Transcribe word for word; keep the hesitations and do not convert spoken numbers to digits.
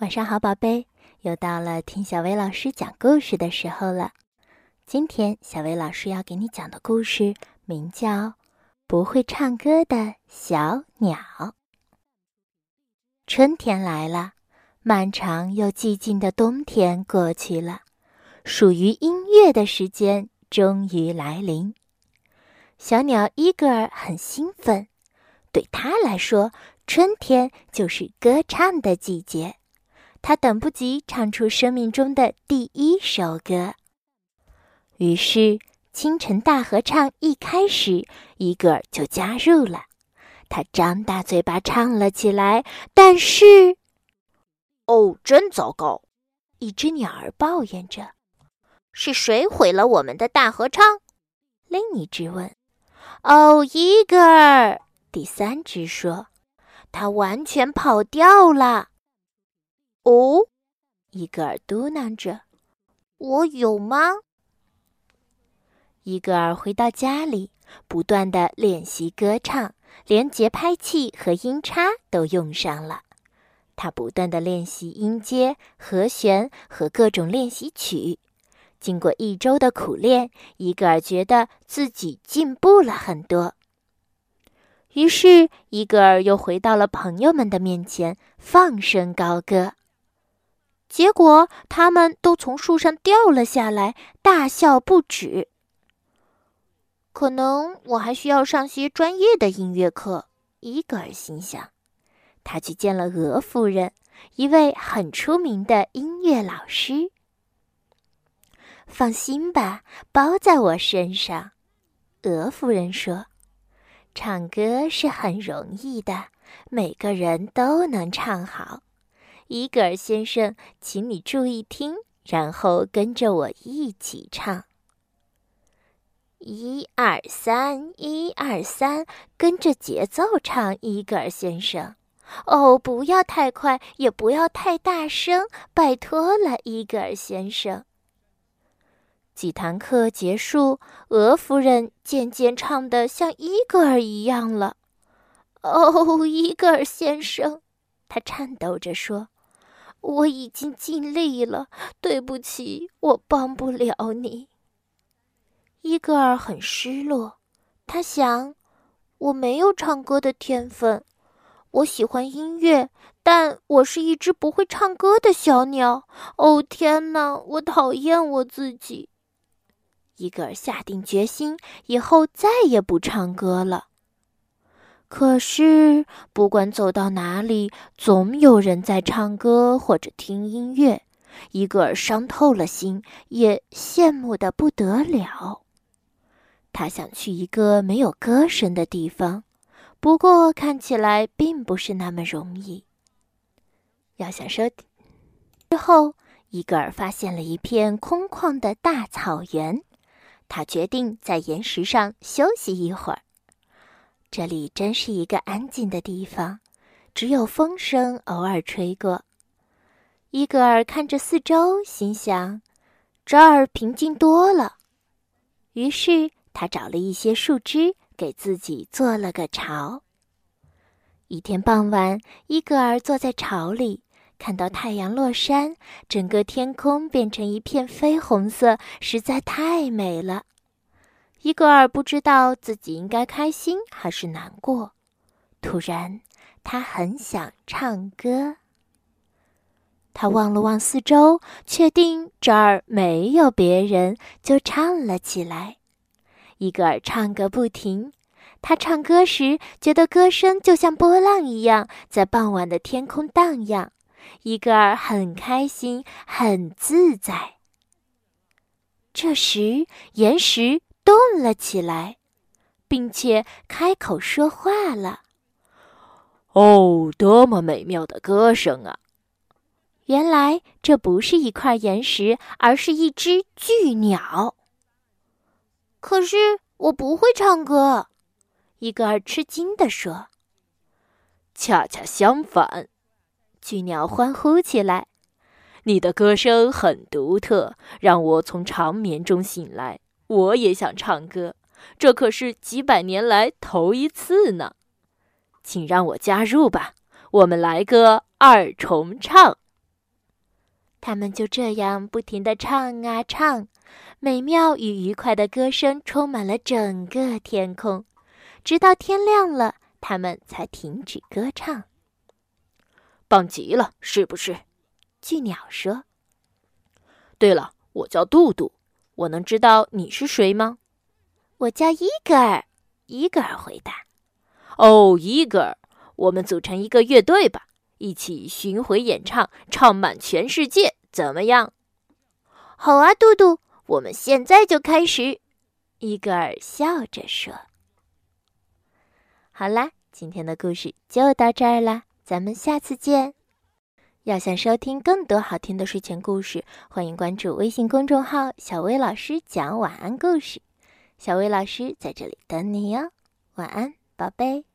晚上好，宝贝，又到了听小薇老师讲故事的时候了。今天小薇老师要给你讲的故事名叫《不会唱歌的小鸟》。春天来了，漫长又寂静的冬天过去了，属于音乐的时间终于来临。小鸟伊格尔很兴奋，对他来说，春天就是歌唱的季节。他等不及唱出生命中的第一首歌。于是，清晨大合唱一开始，伊格尔就加入了。他张大嘴巴唱了起来，但是…… 哦，真糟糕！ 一只鸟儿抱怨着。 是谁毁了我们的大合唱？ 另一只问。哦，伊格尔！第三只说。他完全跑掉了。 哦， 伊格尔嘟囔着。 我有吗？ 伊格尔回到家里，不断地练习歌唱，连节拍器和音叉都用上了。他不断地练习音阶、和弦和各种练习曲。经过一周的苦练，伊格尔觉得自己进步了很多。于是，伊格尔又回到了朋友们的面前，放声高歌。结果，他们都从树上掉了下来，大笑不止。可能我还需要上些专业的音乐课，伊格尔心想。他去见了俄夫人，一位很出名的音乐老师。放心吧，包在我身上，俄夫人说。唱歌是很容易的，每个人都能唱好。伊格尔先生，请你注意听，然后跟着我一起唱。一二三，一二三，跟着节奏唱，伊格尔先生。哦，不要太快，也不要太大声，拜托了，伊格尔先生。几堂课结束，俄夫人渐渐唱得像伊格尔一样了。哦，伊格尔先生，他颤抖着说。我已经尽力了，对不起，我帮不了你。伊格尔很失落，他想，我没有唱歌的天分，我喜欢音乐，但我是一只不会唱歌的小鸟。哦，天哪，我讨厌我自己。伊格尔下定决心，以后再也不唱歌了。可是，不管走到哪里，总有人在唱歌或者听音乐。伊格尔伤透了心，也羡慕得不得了。他想去一个没有歌声的地方，不过看起来并不是那么容易。要想收听之后，伊格尔发现了一片空旷的大草原。他决定在岩石上休息一会儿。这里真是一个安静的地方，只有风声偶尔吹过。伊格尔看着四周，心想，这儿平静多了。于是他找了一些树枝，给自己做了个巢。一天傍晚，伊格尔坐在巢里，看到太阳落山，整个天空变成一片绯红色，实在太美了。伊格尔不知道自己应该开心还是难过。突然，他很想唱歌。他望了望四周，确定这儿没有别人，就唱了起来。伊格尔唱个不停。他唱歌时，觉得歌声就像波浪一样，在傍晚的天空荡漾。伊格尔很开心，很自在。这时，岩石动了起来，并且开口说话了。 哦，多么美妙的歌声啊！ 原来这不是一块岩石，而是一只巨鸟。可是我不会唱歌，伊格尔吃惊地说。 恰恰相反， 巨鸟欢呼起来。 你的歌声很独特，让我从长眠中醒来。我也想唱歌，这可是几百年来头一次呢。请让我加入吧，我们来个二重唱。 他们就这样不停地唱啊唱，美妙与愉快的歌声充满了整个天空，直到天亮了，他们才停止歌唱。 棒极了，是不是？ 巨鸟说。 对了，我叫杜杜，我能知道你是谁吗？ 我叫伊格尔，伊格尔回答。 哦，伊格尔，我们组成一个乐队吧，一起巡回演唱，唱满全世界，怎么样？ 好啊，杜杜，我们现在就开始。伊格尔笑着说。好啦，今天的故事就到这儿啦，咱们下次见。要想收听更多好听的睡前故事，欢迎关注微信公众号小薇老师讲晚安故事。小薇老师在这里等你哟，晚安，宝贝。